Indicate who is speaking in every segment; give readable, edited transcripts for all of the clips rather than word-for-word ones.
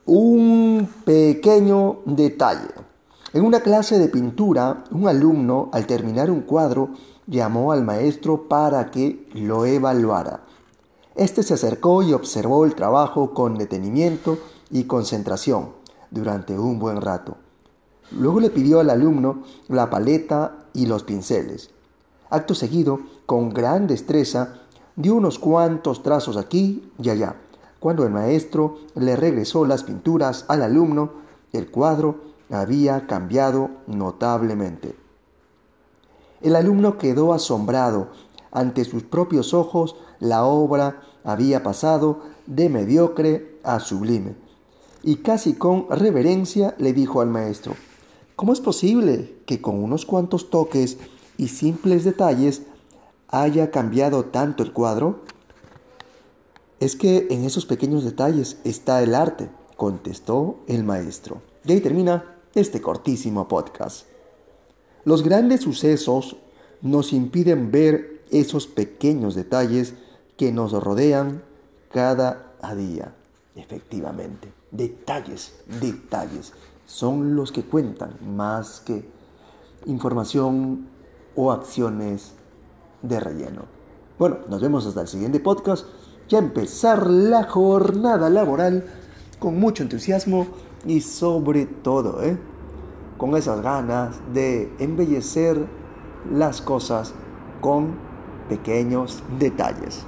Speaker 1: Un pequeño detalle. En una clase de pintura, un alumno, al terminar un cuadro, llamó al maestro para que lo evaluara. Este se acercó y observó el trabajo con detenimiento y concentración durante un buen rato. Luego le pidió al alumno la paleta y los pinceles. Acto seguido, con gran destreza, dio unos cuantos trazos aquí y allá. Cuando el maestro le regresó las pinturas al alumno, el cuadro había cambiado notablemente. El alumno quedó asombrado. Ante sus propios ojos, la obra había pasado de mediocre a sublime. Y casi con reverencia le dijo al maestro: ¿cómo es posible que con unos cuantos toques y simples detalles haya cambiado tanto el cuadro? Es que en esos pequeños detalles está el arte, contestó el maestro. Y ahí termina este cortísimo podcast. Los grandes sucesos nos impiden ver esos pequeños detalles que nos rodean cada día. Efectivamente, detalles son los que cuentan más que información o acciones de relleno. Bueno, nos vemos hasta el siguiente podcast. Ya empezar la jornada laboral con mucho entusiasmo y sobre todo, con esas ganas de embellecer las cosas con pequeños detalles.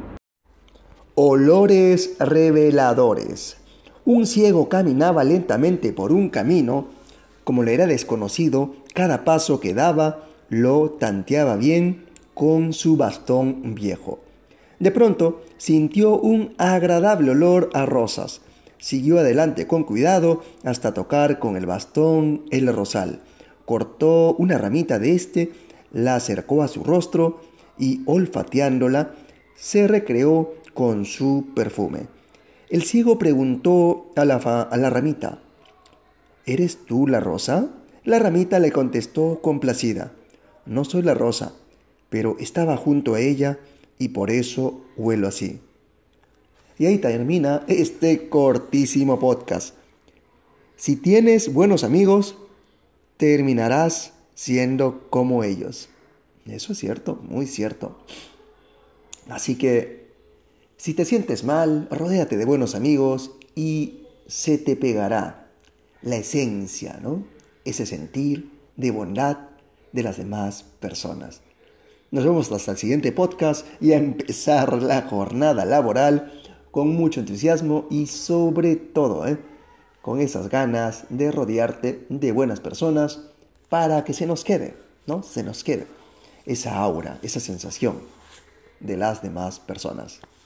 Speaker 1: Olores reveladores. Un ciego caminaba lentamente por un camino. Como le era desconocido, cada paso que daba lo tanteaba bien con su bastón viejo. De pronto sintió un agradable olor a rosas. Siguió adelante con cuidado hasta tocar con el bastón el rosal. Cortó una ramita de este, la acercó a su rostro y, olfateándola, se recreó con su perfume. El ciego preguntó a la ramita: ¿eres tú la rosa? La ramita le contestó complacida: no soy la rosa, pero estaba junto a ella y por eso huelo así. Y ahí termina este cortísimo podcast. Si tienes buenos amigos, terminarás siendo como ellos. Eso es cierto, muy cierto. Así que, si te sientes mal, rodéate de buenos amigos y se te pegará la esencia, ¿no? Ese sentir de bondad de las demás personas. Nos vemos hasta el siguiente podcast y a empezar la jornada laboral con mucho entusiasmo y sobre todo, con esas ganas de rodearte de buenas personas para que se nos quede, ¿no? Se nos quede esa aura, esa sensación de las demás personas.